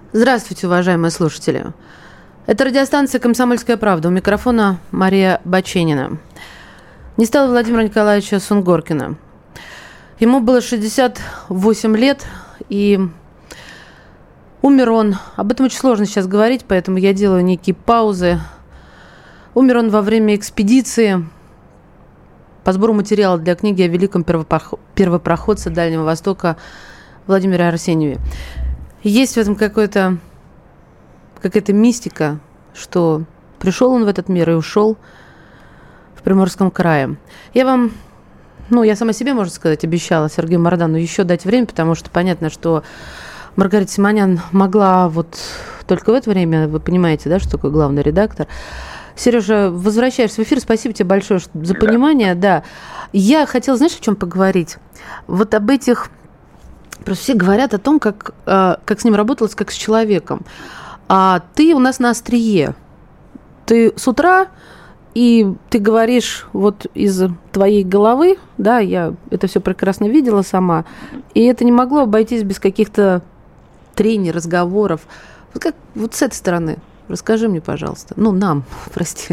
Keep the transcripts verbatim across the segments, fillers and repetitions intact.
Здравствуйте, уважаемые слушатели. Это радиостанция «Комсомольская правда». У микрофона Мария Баченина. Не стало Владимира Николаевича Сунгоркина. Ему было шестьдесят восемь лет, и умер он... Об этом очень сложно сейчас говорить, поэтому я делаю некие паузы. Умер он во время экспедиции по сбору материала для книги о великом первопроходце Дальнего Востока Владимире Арсеньеве. Есть в этом какой-то, какая-то мистика, что пришел он в этот мир и ушел в Приморском крае. Я вам, ну, я сама себе, можно сказать, обещала Сергею Марадану еще дать время, потому что понятно, что Маргарита Симонян могла вот только в это время, вы понимаете, да, что такое главный редактор. Сережа, возвращаешься в эфир. Спасибо тебе большое за понимание. Да. Я хотела, знаешь, о чем поговорить? Вот об этих... Просто все говорят о том, как, как с ним работалось, как с человеком. А ты у нас на острие. Ты с утра, и ты говоришь вот из твоей головы, да, я это все прекрасно видела сама, и это не могло обойтись без каких-то трений, разговоров. Вот как вот с этой стороны. Расскажи мне, пожалуйста. Ну, нам, прости.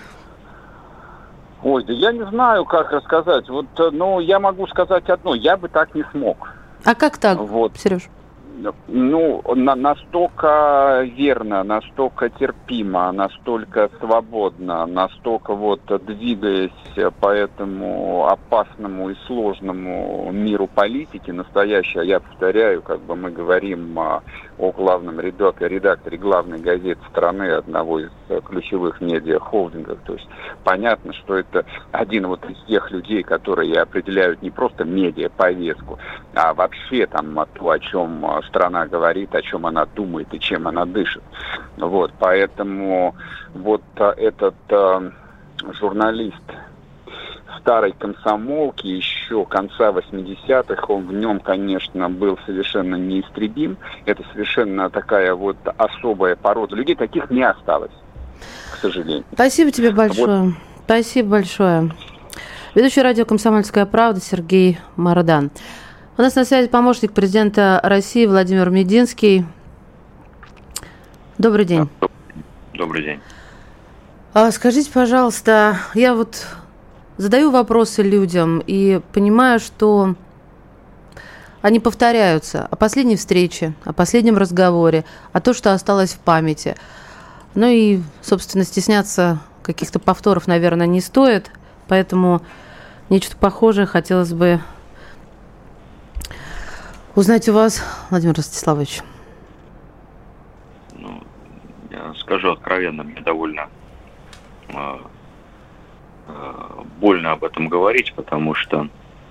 Ой, да я не знаю, как рассказать. Вот, ну, я могу сказать одно. Я бы так не смог. А как так, вот. Сереж? Ну, на, настолько верно, настолько терпимо, настолько свободно, настолько вот двигаясь по этому опасному и сложному миру политики, настоящей, а я повторяю, как бы мы говорим о главном редакторе, редакторе главной газеты страны, одного из ключевых медиа-холдингов. То есть понятно, что это один вот из тех людей, которые определяют не просто медиа-повестку, а вообще там то, о чем страна говорит, о чем она думает и чем она дышит. Вот, поэтому вот этот э, журналист старой комсомолки еще конца восьмидесятых, он в нем, конечно, был совершенно неистребим. Это совершенно такая вот особая порода людей. Таких не осталось, к сожалению. Спасибо тебе большое. Вот. Спасибо большое. Ведущий радио «Комсомольская правда» Сергей Марадан. У нас на связи помощник президента России Владимир Мединский. Добрый день. Добрый день. А, скажите, пожалуйста, я вот задаю вопросы людям и понимаю, что они повторяются о последней встрече, о последнем разговоре, о том, что осталось в памяти. Ну и, собственно, стесняться каких-то повторов, наверное, не стоит, поэтому нечто похожее хотелось бы узнать у вас, Владимир Ростиславович. Ну, я скажу откровенно, мне довольно э, э, больно об этом говорить, потому что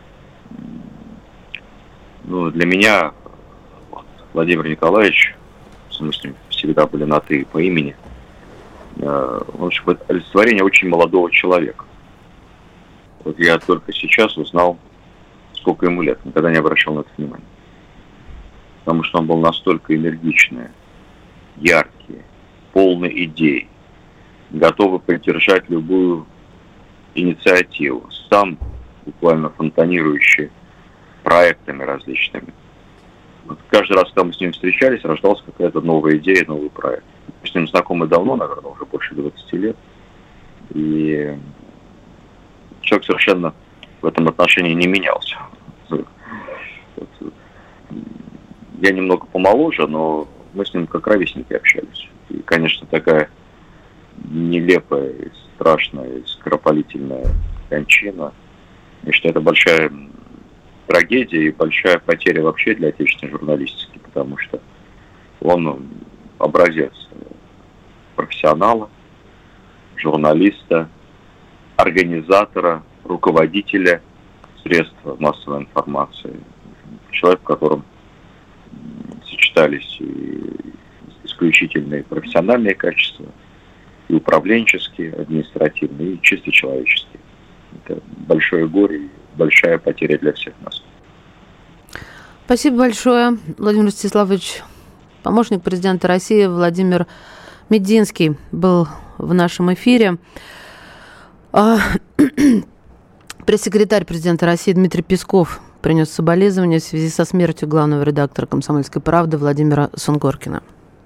ну, для меня вот, Владимир Николаевич, мы с ним всегда были на «ты» по имени, э, в общем, это олицетворение очень молодого человека. Вот я только сейчас узнал, сколько ему лет, никогда не обращал на это внимания. Потому что он был настолько энергичный, яркий, полный идей, готовый поддержать любую инициативу, сам буквально фонтанирующий проектами различными. Вот каждый раз, когда мы с ним встречались, рождалась какая-то новая идея, новый проект. Мы с ним знакомы давно, наверное, уже больше двадцати лет. И человек совершенно в этом отношении не менялся. Я немного помоложе, но мы с ним как ровесники общались. И, конечно, такая нелепая, страшная, скоропалительная кончина. Я считаю, это большая трагедия и большая потеря вообще для отечественной журналистики, потому что он образец профессионала, журналиста, организатора, руководителя средств массовой информации. Человек, в котором сочетались и исключительные профессиональные качества, и управленческие, административные, и чисто человеческие. Это большое горе и большая потеря для всех нас. Спасибо большое, Владимир Ростиславович. Помощник президента России Владимир Мединский был в нашем эфире. Пресс-секретарь президента России Дмитрий Песков принес соболезнования в связи со смертью главного редактора «Комсомольской правды» Владимира Сунгоркина.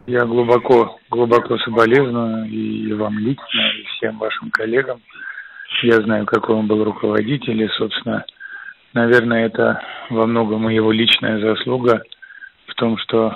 Я глубоко, глубоко соболезную и вам лично, и всем вашим коллегам. Я знаю, какой он был руководитель, и, собственно, наверное, это во многом и его личная заслуга в том, что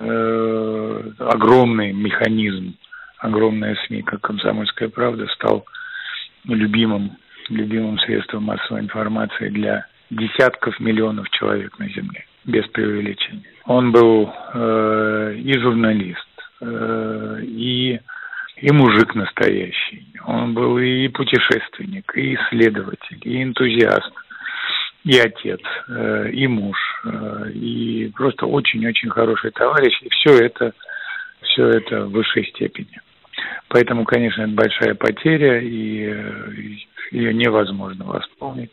э, огромный механизм, огромная СМИ, как «Комсомольская правда», стал любимым, любимым средством массовой информации для десятков миллионов человек на Земле, без преувеличения. Он был э, и журналист, э, и, и мужик настоящий. Он был и путешественник, и исследователь, и энтузиаст, и отец, э, и муж, э, и просто очень-очень хороший товарищ. И все это, все это в высшей степени. Поэтому, конечно, это большая потеря, и э, ее невозможно восполнить.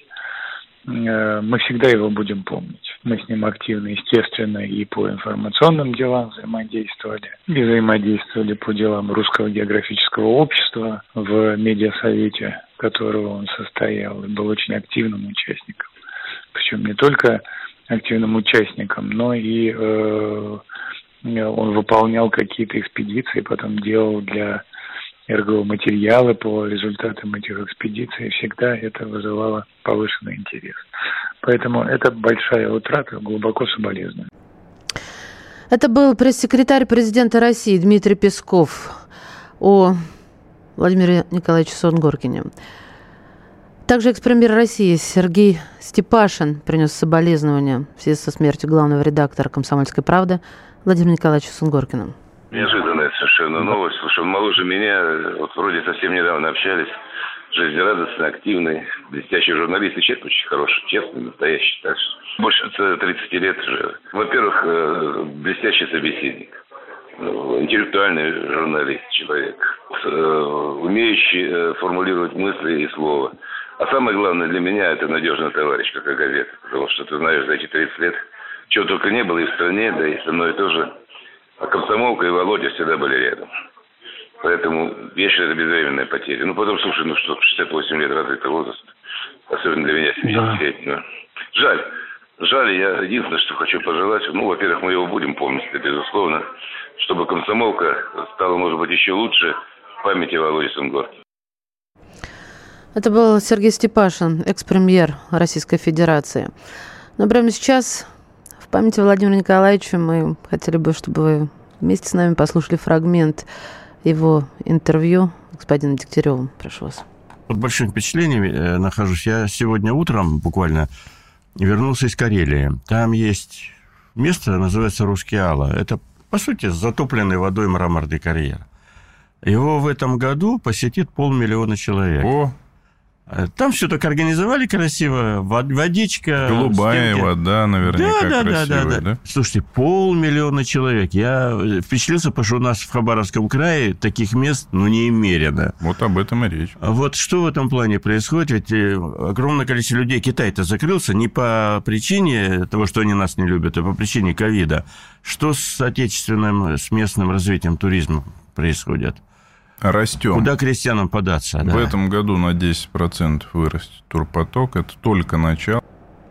Мы всегда его будем помнить. Мы с ним активно, естественно, и по информационным делам взаимодействовали, и взаимодействовали по делам Русского географического общества в медиасовете, которого он состоял, и был очень активным участником. Причем не только активным участником, но и э, он выполнял какие-то экспедиции, потом делал для эр гэ о материалы по результатам этих экспедиций, всегда это вызывало повышенный интерес. Поэтому это большая утрата, глубоко соболезную. Это был пресс-секретарь президента России Дмитрий Песков о Владимире Николаевиче Сунгоркине. Также экс-премьер России Сергей Степашин принес соболезнования в связи со смертью главного редактора «Комсомольской правды» Владимира Николаевича Сунгоркина. Неожиданная совершенно новость. Слушай, он моложе меня, вот вроде совсем недавно общались. Жизнерадостный, активный, блестящий журналист. И человек очень хороший, честный, настоящий. Так что больше тридцати лет уже. Во-первых, блестящий собеседник. Интеллектуальный журналист, человек. Умеющий формулировать мысли и слово. А самое главное для меня — это надежный товарищ, как и газета. Потому что, ты знаешь, за эти тридцать лет чего только не было и в стране, да и со мной тоже. А комсомолка и Володя всегда были рядом. Поэтому я считаю, это безвременная потеря. Ну, потом, слушай, ну что, шестьдесят восемь лет развитый возраст. Особенно для меня семидесятилетнего. Да. Жаль. Жаль, я единственное, что хочу пожелать. Ну, во-первых, мы его будем помнить, это безусловно. Чтобы комсомолка стала, может быть, еще лучше в памяти Володи Сунгоркина. Это был Сергей Степашин, экс-премьер Российской Федерации. Но прямо сейчас в памяти Владимира Николаевича мы хотели бы, чтобы вы вместе с нами послушали фрагмент его интервью с господином Дегтяревым. Прошу вас. Под большим впечатлением э, нахожусь. Я сегодня утром буквально вернулся из Карелии. Там есть место, называется Рускеала. Это, по сути, затопленный водой мраморный карьер. Его в этом году посетит полмиллиона человек. О! Там все так организовали красиво, водичка. Голубая стенки. Вода, наверняка, да, да, красивая, да, да, да. Слушайте, полмиллиона человек. Я впечатлился, потому что у нас в Хабаровском крае таких мест, ну, немерено. Вот об этом и речь. Вот что в этом плане происходит? Ведь огромное количество людей, Китай-то закрылся не по причине того, что они нас не любят, а по причине ковида. Что с отечественным, с местным развитием туризма происходит? Растем. Куда крестьянам податься? В да. этом году на десять процентов вырастет турпоток. Это только начало.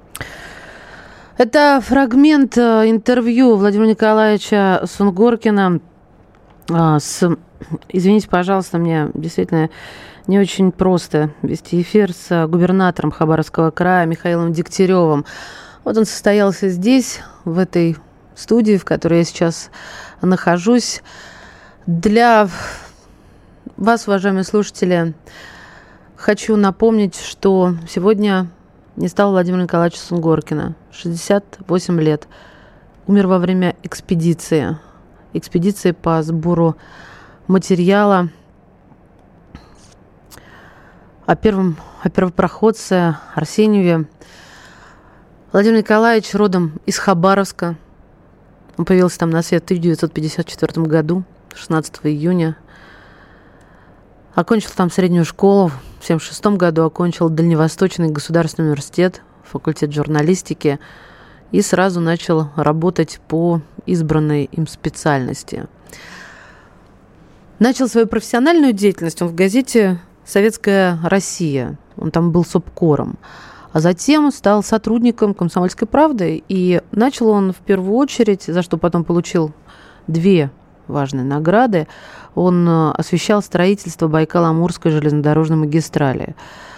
Это фрагмент интервью Владимира Николаевича Сунгоркина с... Извините, пожалуйста, мне действительно не очень просто вести эфир с губернатором Хабаровского края Михаилом Дегтяревым. Вот он состоялся здесь, в этой студии, в которой я сейчас нахожусь. Для... вас, уважаемые слушатели, хочу напомнить, что сегодня не стало Владимира Николаевича Сунгоркина. шестьдесят восемь лет. Умер во время экспедиции. Экспедиции по сбору материала о, первом, о первопроходце Арсеньеве. Владимир Николаевич родом из Хабаровска. Он появился там на свет в тысяча девятьсот пятьдесят четвёртом году, шестнадцатого июня. Окончил там среднюю школу. В тысяча девятьсот семьдесят шестом году окончил Дальневосточный государственный университет, факультет журналистики, и сразу начал работать по избранной им специальности. Начал свою профессиональную деятельность он в газете «Советская Россия». Он там был субкором. А затем стал сотрудником «Комсомольской правды». И начал он в первую очередь, за что потом получил две важные награды. Он освещал строительство Байкало-Амурской железнодорожной магистрали.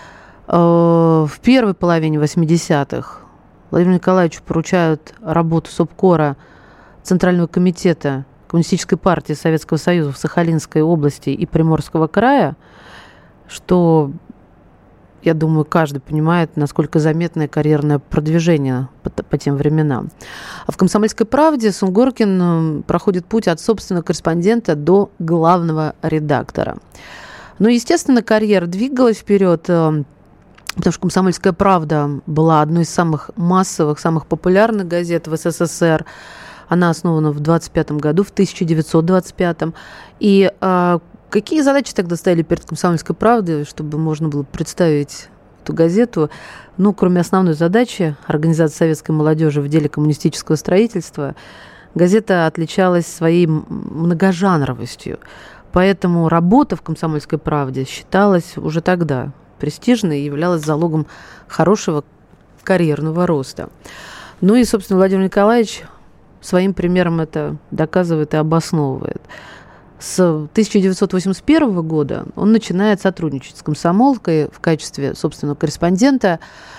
В первой половине восьмидесятых Владимиру Николаевичу поручают работу субкора Центрального комитета Коммунистической партии Советского Союза в Сахалинской области и Приморского края, что, я думаю, каждый понимает, насколько заметное карьерное продвижение по, по тем временам. А в «Комсомольской правде» Сунгоркин проходит путь от собственного корреспондента до главного редактора. Ну, естественно, карьера двигалась вперед, потому что «Комсомольская правда» была одной из самых массовых, самых популярных газет в СССР. Она основана в двадцать пятом году, в тысяча девятьсот двадцать пятом. И а, какие задачи тогда стояли перед «Комсомольской правдой», чтобы можно было представить эту газету? Ну, кроме основной задачи организации советской молодежи в деле коммунистического строительства, газета отличалась своей многожанровостью. Поэтому работа в «Комсомольской правде» считалась уже тогда престижной и являлась залогом хорошего карьерного роста. Ну и, собственно, Владимир Николаевич своим примером это доказывает и обосновывает. С тысяча девятьсот восемьдесят первого года он начинает сотрудничать с «Комсомолкой» в качестве собственного корреспондента.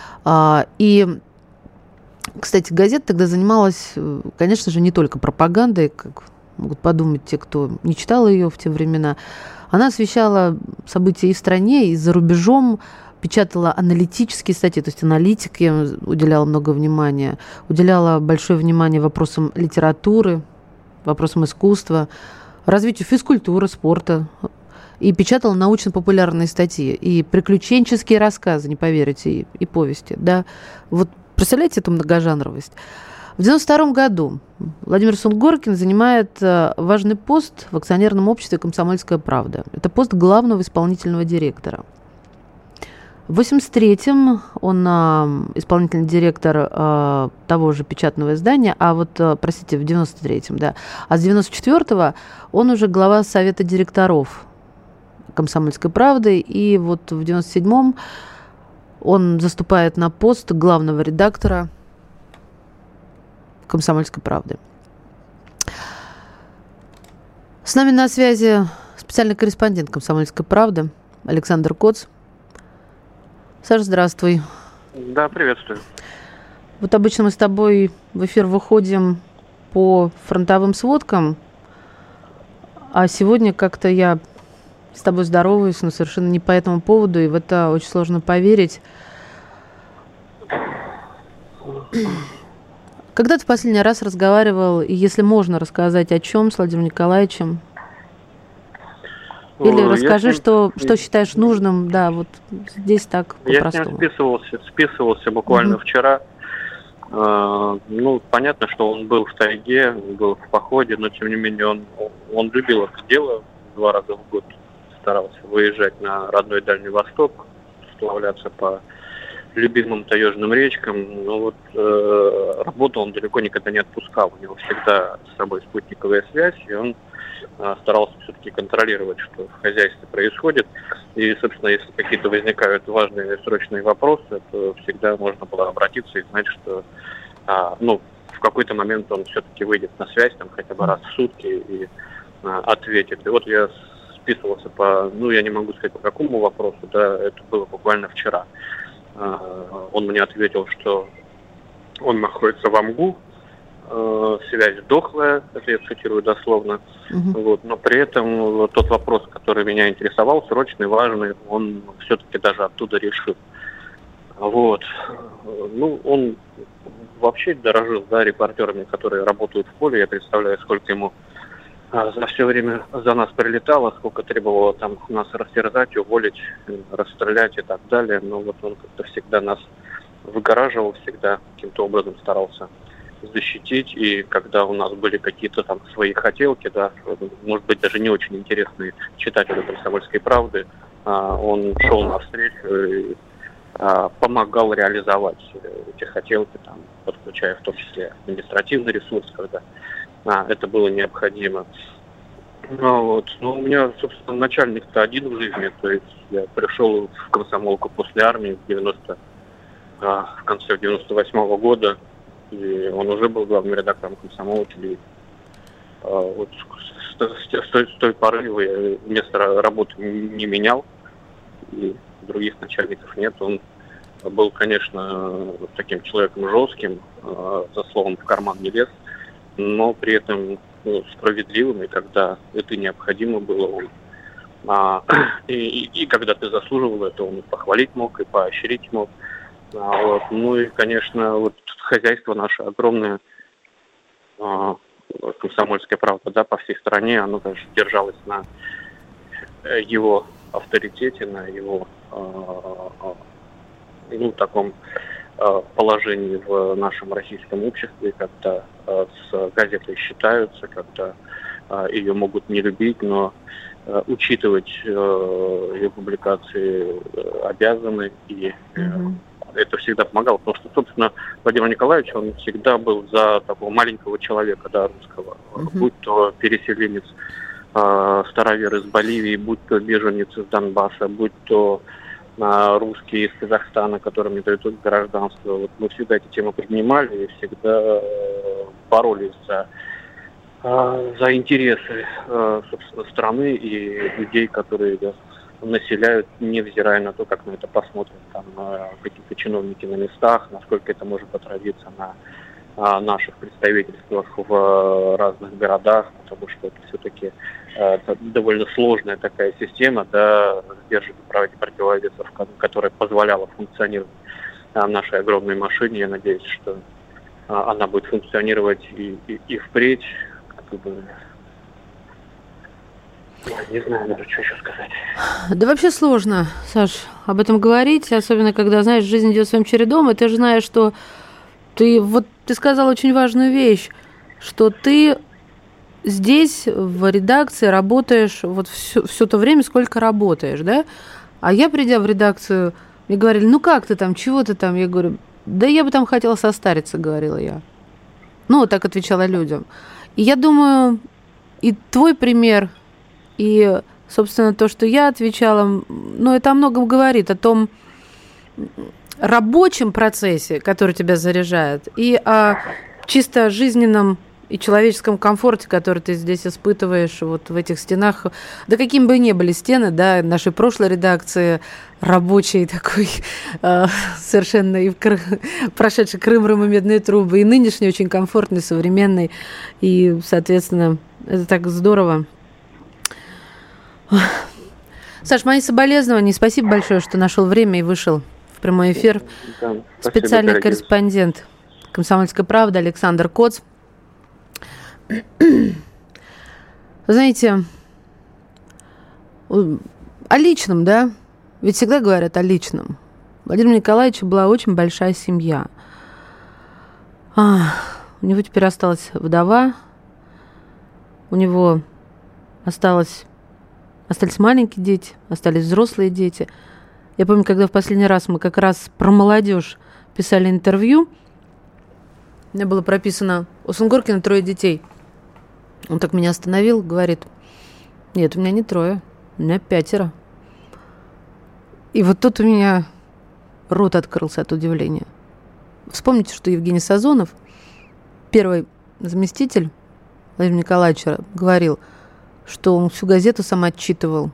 И, кстати, газета тогда занималась, конечно же, не только пропагандой, как могут подумать те, кто не читал ее в те времена. Она освещала события и в стране, и за рубежом, печатала аналитические статьи, то есть аналитике уделяла много внимания, уделяла большое внимание вопросам литературы, вопросам искусства, развитию физкультуры, спорта. И печатала научно-популярные статьи, и приключенческие рассказы, не поверите, и, и повести. Да? Вот представляете эту многожанровость? В девяносто втором году Владимир Сунгоркин занимает важный пост в акционерном обществе «Комсомольская правда». Это пост главного исполнительного директора. В восемьдесят третьем он а, исполнительный директор а, того же печатного издания, а вот, а, простите, в девяносто третьем, да, а с девяносто четвёртого он уже глава совета директоров «Комсомольской правды», и вот в девяносто седьмом он заступает на пост главного редактора «Комсомольской правды». С нами на связи специальный корреспондент «Комсомольской правды» Александр Коц. Саша, здравствуй. Да, приветствую. Вот обычно мы с тобой в эфир выходим по фронтовым сводкам, а сегодня как-то я с тобой здороваюсь, но совершенно не по этому поводу, и в это очень сложно поверить. Когда ты в последний раз разговаривал, и если можно рассказать, о чем с Владимиром Николаевичем? Или я расскажи, ним... что, что считаешь нужным, да, вот здесь так по-простому. Я с ним списывался, списывался буквально угу. вчера. Э, ну, понятно, что он был в тайге, был в походе, но тем не менее он, он любил это дело. Два раза в год старался выезжать на родной Дальний Восток, сплавляться по любимым таежным речкам. Но вот э, работу он далеко никогда не отпускал. У него всегда с собой спутниковая связь, и он старался все-таки контролировать, что в хозяйстве происходит. И, собственно, если какие-то возникают важные срочные вопросы, то всегда можно было обратиться и знать, что а, ну, в какой-то момент он все-таки выйдет на связь, там, хотя бы раз в сутки и а, ответит. И вот я списывался по, ну, я не могу сказать, по какому вопросу, да, это было буквально вчера. А, он мне ответил, что он находится в Амгу, связь дохлая, это я цитирую дословно, uh-huh. вот, но при этом тот вопрос, который меня интересовал, срочный, важный, он все-таки даже оттуда решил. Вот. Ну, он вообще дорожил, да, репортерами, которые работают в поле. Я представляю, сколько ему а, за все время за нас прилетало, сколько требовало там нас растерзать, уволить, расстрелять и так далее. Но вот он как-то всегда нас выгораживал, всегда каким-то образом старался защитить, и когда у нас были какие-то там свои хотелки, да, может быть, даже не очень интересные читателю «Комсомольской правды», он шел навстречу и помогал реализовать эти хотелки, там, подключая в том числе административный ресурс, когда это было необходимо. Ну, вот. Но у меня, собственно, начальник-то один в жизни, то есть я пришел в комсомолку после армии в девяносто, в конце девяносто восьмого года, и он уже был главным редактором «Комсомолки». Вот с, с, с, той, с той поры я место работы не менял, и других начальников нет. Он был, конечно, таким человеком жестким, за словом в карман не лез, но при этом ну, справедливым, и когда это необходимо было, он, а, и, и, и когда ты заслуживал это, он и похвалить мог, и поощрить мог. А, вот. Ну и, конечно, вот хозяйство наше огромное, а, «Комсомольская правда», да, по всей стране, оно, конечно, держалось на его авторитете, на его а, ну, таком положении в нашем российском обществе, когда с газетой считаются, когда ее могут не любить, но учитывать ее публикации обязаны, и mm-hmm. это всегда помогало, потому что, собственно, Владимир Николаевич, он всегда был за такого маленького человека, да, русского, mm-hmm. будь то переселенец, старовер из Боливии, будь то беженец из Донбасса, будь то русские из Казахстана, которым не дают гражданство. Вот мы всегда эти темы поднимали и всегда боролись за, за интересы, собственно, страны и людей, которые населяют, невзирая на то, как на это посмотрят там какие-то чиновники на местах, насколько это может отразиться на наших представительствах в разных городах, потому что это все-таки это довольно сложная такая система, да, сдерживания противовесов, которая позволяла функционировать нашей огромной машине. Я надеюсь, что она будет функционировать и, и, и впредь. Как бы, не знаю, даже что еще сказать. Да вообще сложно, Саш, об этом говорить, особенно когда, знаешь, жизнь идет своим чередом, и ты же знаешь, что ты, вот ты сказал очень важную вещь, что ты здесь, в редакции, работаешь вот все, все то время, сколько работаешь, да? А я, придя в редакцию, мне говорили, ну как ты там, чего ты там? Я говорю, да я бы там хотела состариться, говорила я. Ну, вот так отвечала людям. И я думаю, и твой пример, и, собственно, то, что я отвечала, ну, это о многом говорит, о том рабочем процессе, который тебя заряжает, и о чисто жизненном и человеческом комфорте, который ты здесь испытываешь вот в этих стенах. Да какими бы ни были стены, да, нашей прошлой редакции, рабочей такой, э, совершенно и кр... прошедший Крым, и медные трубы, и нынешний очень комфортный, современный. И, соответственно, это так здорово. Саш, мои соболезнования. Спасибо большое, что нашел время и вышел в прямой эфир. Да, специальный спасибо, корреспондент «Комсомольской правды» Александр Коц. Знаете, о личном, да? Ведь всегда говорят о личном. У Владимира Николаевича была очень большая семья. А, у него теперь осталась вдова, у него осталось, остались маленькие дети, остались взрослые дети. Я помню, когда в последний раз мы как раз про молодежь писали интервью, у меня было прописано: у Сунгоркина трое детей. Он так меня остановил, говорит: нет, у меня не трое, у меня пятеро. И вот тут у меня рот открылся от удивления. Вспомните, что Евгений Сазонов, первый заместитель Владимира Николаевича, говорил, что он всю газету сам отчитывал,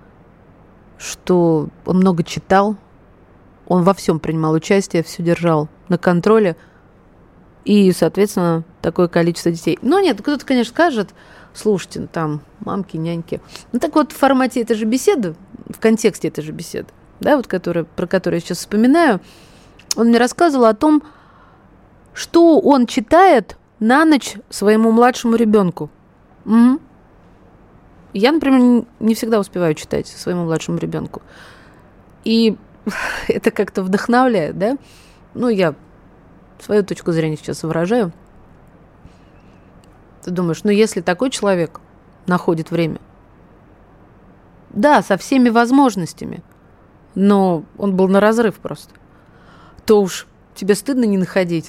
что он много читал, он во всем принимал участие, все держал на контроле. И, соответственно, такое количество детей. Но нет, кто-то, конечно, скажет: слушайте, там мамки, няньки. Ну так вот, в формате этой же беседы, в контексте этой же беседы, да, вот которая, про которую я сейчас вспоминаю, он мне рассказывал о том, что он читает на ночь своему младшему ребенку. Угу. Я, например, не всегда успеваю читать своему младшему ребенку. И это как-то вдохновляет, да? Ну, я свою точку зрения сейчас выражаю. Ты думаешь, ну если такой человек находит время, да, со всеми возможностями, но он был на разрыв просто, то уж тебе стыдно не находить.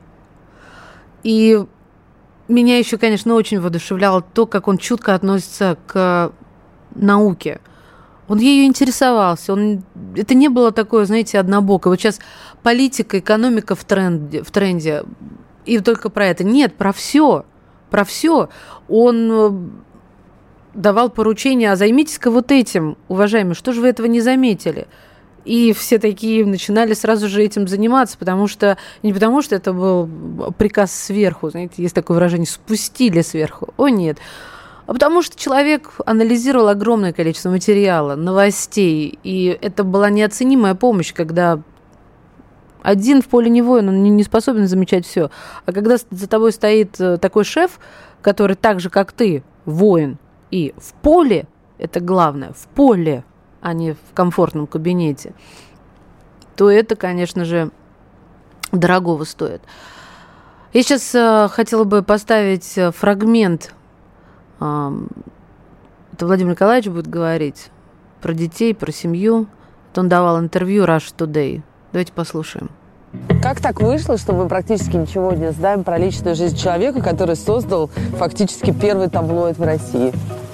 И меня еще, конечно, очень воодушевляло то, как он чутко относится к науке. Он ею интересовался. Он... Это не было такое, знаете, однобокое. Вот сейчас политика, экономика в тренде, в тренде. И только про это. Нет, про все. про все. Он давал поручения, а займитесь-ка вот этим, уважаемые, что же вы этого не заметили? И все такие начинали сразу же этим заниматься, потому что, не потому что это был приказ сверху, знаете, есть такое выражение, спустили сверху, о нет, а потому что человек анализировал огромное количество материала, новостей, и это была неоценимая помощь, когда один в поле не воин, он не способен замечать все, а когда за тобой стоит такой шеф, который так же, как ты, воин, и в поле, это главное, в поле, а не в комфортном кабинете, то это, конечно же, дорогого стоит. Я сейчас э, хотела бы поставить фрагмент. Э, это Владимир Николаевич будет говорить про детей, про семью. Это он давал интервью Russia Today. Давайте послушаем. Как так вышло, что мы практически ничего не знаем про личную жизнь человека, который создал фактически первый таблоид в России?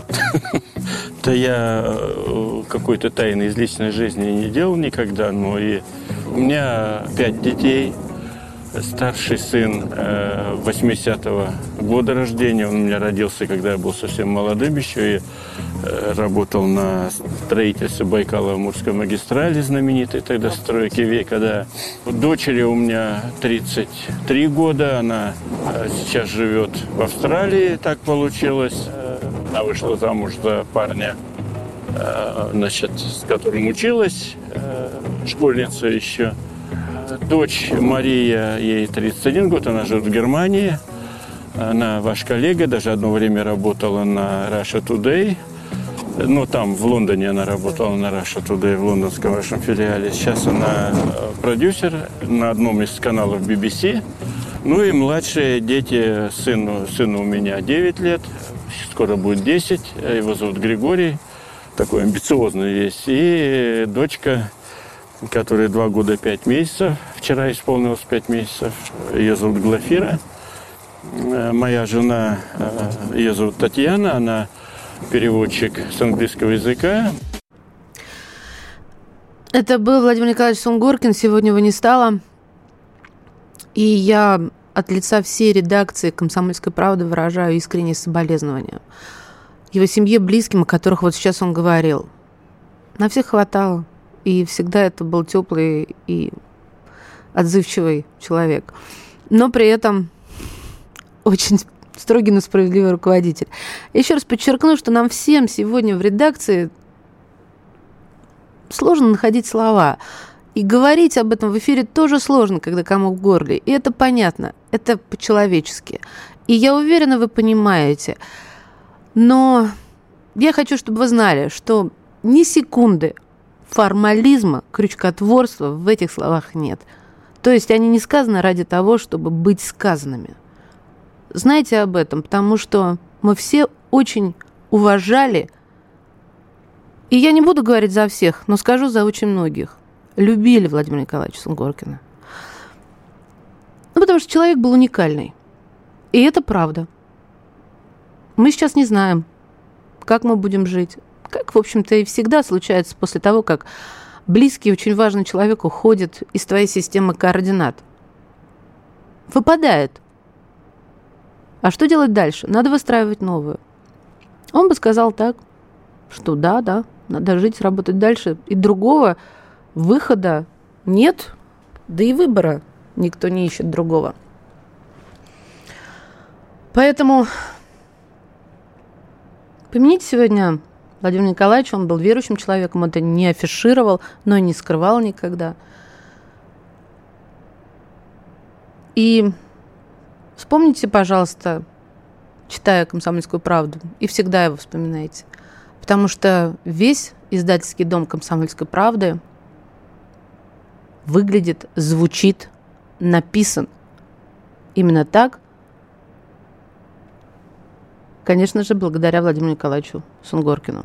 Да я какой-то тайны из личной жизни не делал никогда, но и у меня пять детей. Старший сын восьмидесятого года рождения, он у меня родился, когда я был совсем молодым еще, и работал на строительстве Байкало-Амурской магистрали, знаменитой тогда стройки века. Да. Дочери у меня тридцать три года, она сейчас живет в Австралии, так получилось. Она вышла замуж за парня, значит, с которым училась, школьница еще. Дочь Мария, ей тридцать один год, она живет в Германии. Она ваш коллега, даже одно время работала на Russia Today. Ну, там, в Лондоне она работала на Russia Today, в лондонском вашем филиале. Сейчас она продюсер на одном из каналов би би си. Ну и младшие дети, сыну, сыну у меня девять лет, скоро будет десять. Его зовут Григорий, такой амбициозный весь. И дочка, которой два года пять месяцев, вчера исполнилось пять месяцев, ее зовут Глафира. Моя жена, ее зовут Татьяна, она переводчик с английского языка. Это был Владимир Николаевич Сунгоркин, сегодня его не стало. И я от лица всей редакции «Комсомольской правды» выражаю искренние соболезнования его семье, близким, о которых вот сейчас он говорил. На всех хватало. И всегда это был теплый и отзывчивый человек. Но при этом очень строгий, но справедливый руководитель. Еще раз подчеркну, что нам всем сегодня в редакции сложно находить слова. И говорить об этом в эфире тоже сложно, когда комок в горле. И это понятно, это по-человечески. И я уверена, вы понимаете. Но я хочу, чтобы вы знали, что ни секунды формализма, крючкотворства в этих словах нет. То есть они не сказаны ради того, чтобы быть сказанными. Знайте об этом, потому что мы все очень уважали, и я не буду говорить за всех, но скажу за очень многих, любили Владимира Николаевича Сунгоркина. Ну, потому что человек был уникальный. И это правда. Мы сейчас не знаем, как мы будем жить. Как, в общем-то, и всегда случается после того, как близкий, очень важный человек уходит из твоей системы координат. Выпадает. А что делать дальше? Надо выстраивать новую. Он бы сказал так, что да, да, надо жить, работать дальше. И другого выхода нет, да и выбора никто не ищет другого. Поэтому помяните сегодня Владимира Николаевича, он был верующим человеком, это не афишировал, но и не скрывал никогда. И вспомните, пожалуйста, читая «Комсомольскую правду», и всегда его вспоминайте. Потому что весь издательский дом «Комсомольской правды» выглядит, звучит, написан именно так, конечно же, благодаря Владимиру Николаевичу Сунгоркину.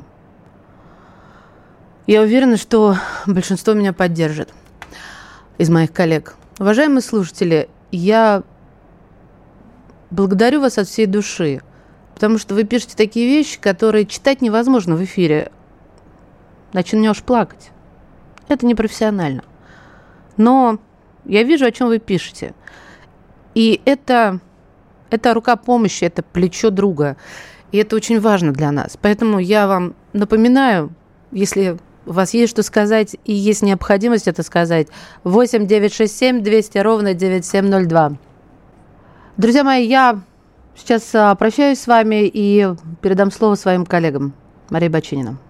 Я уверена, что большинство меня поддержит из моих коллег. Уважаемые слушатели, я благодарю вас от всей души, потому что вы пишете такие вещи, которые читать невозможно в эфире. Начнешь плакать. Это непрофессионально. Но я вижу, о чем вы пишете. И это, Это рука помощи, это плечо друга. И это очень важно для нас. Поэтому я вам напоминаю, если у вас есть что сказать и есть необходимость это сказать, восемь девятьсот шестьдесят семь двести ровно девяносто семь ноль два. Друзья мои, я сейчас прощаюсь с вами и передам слово своим коллегам. Мария Баченина.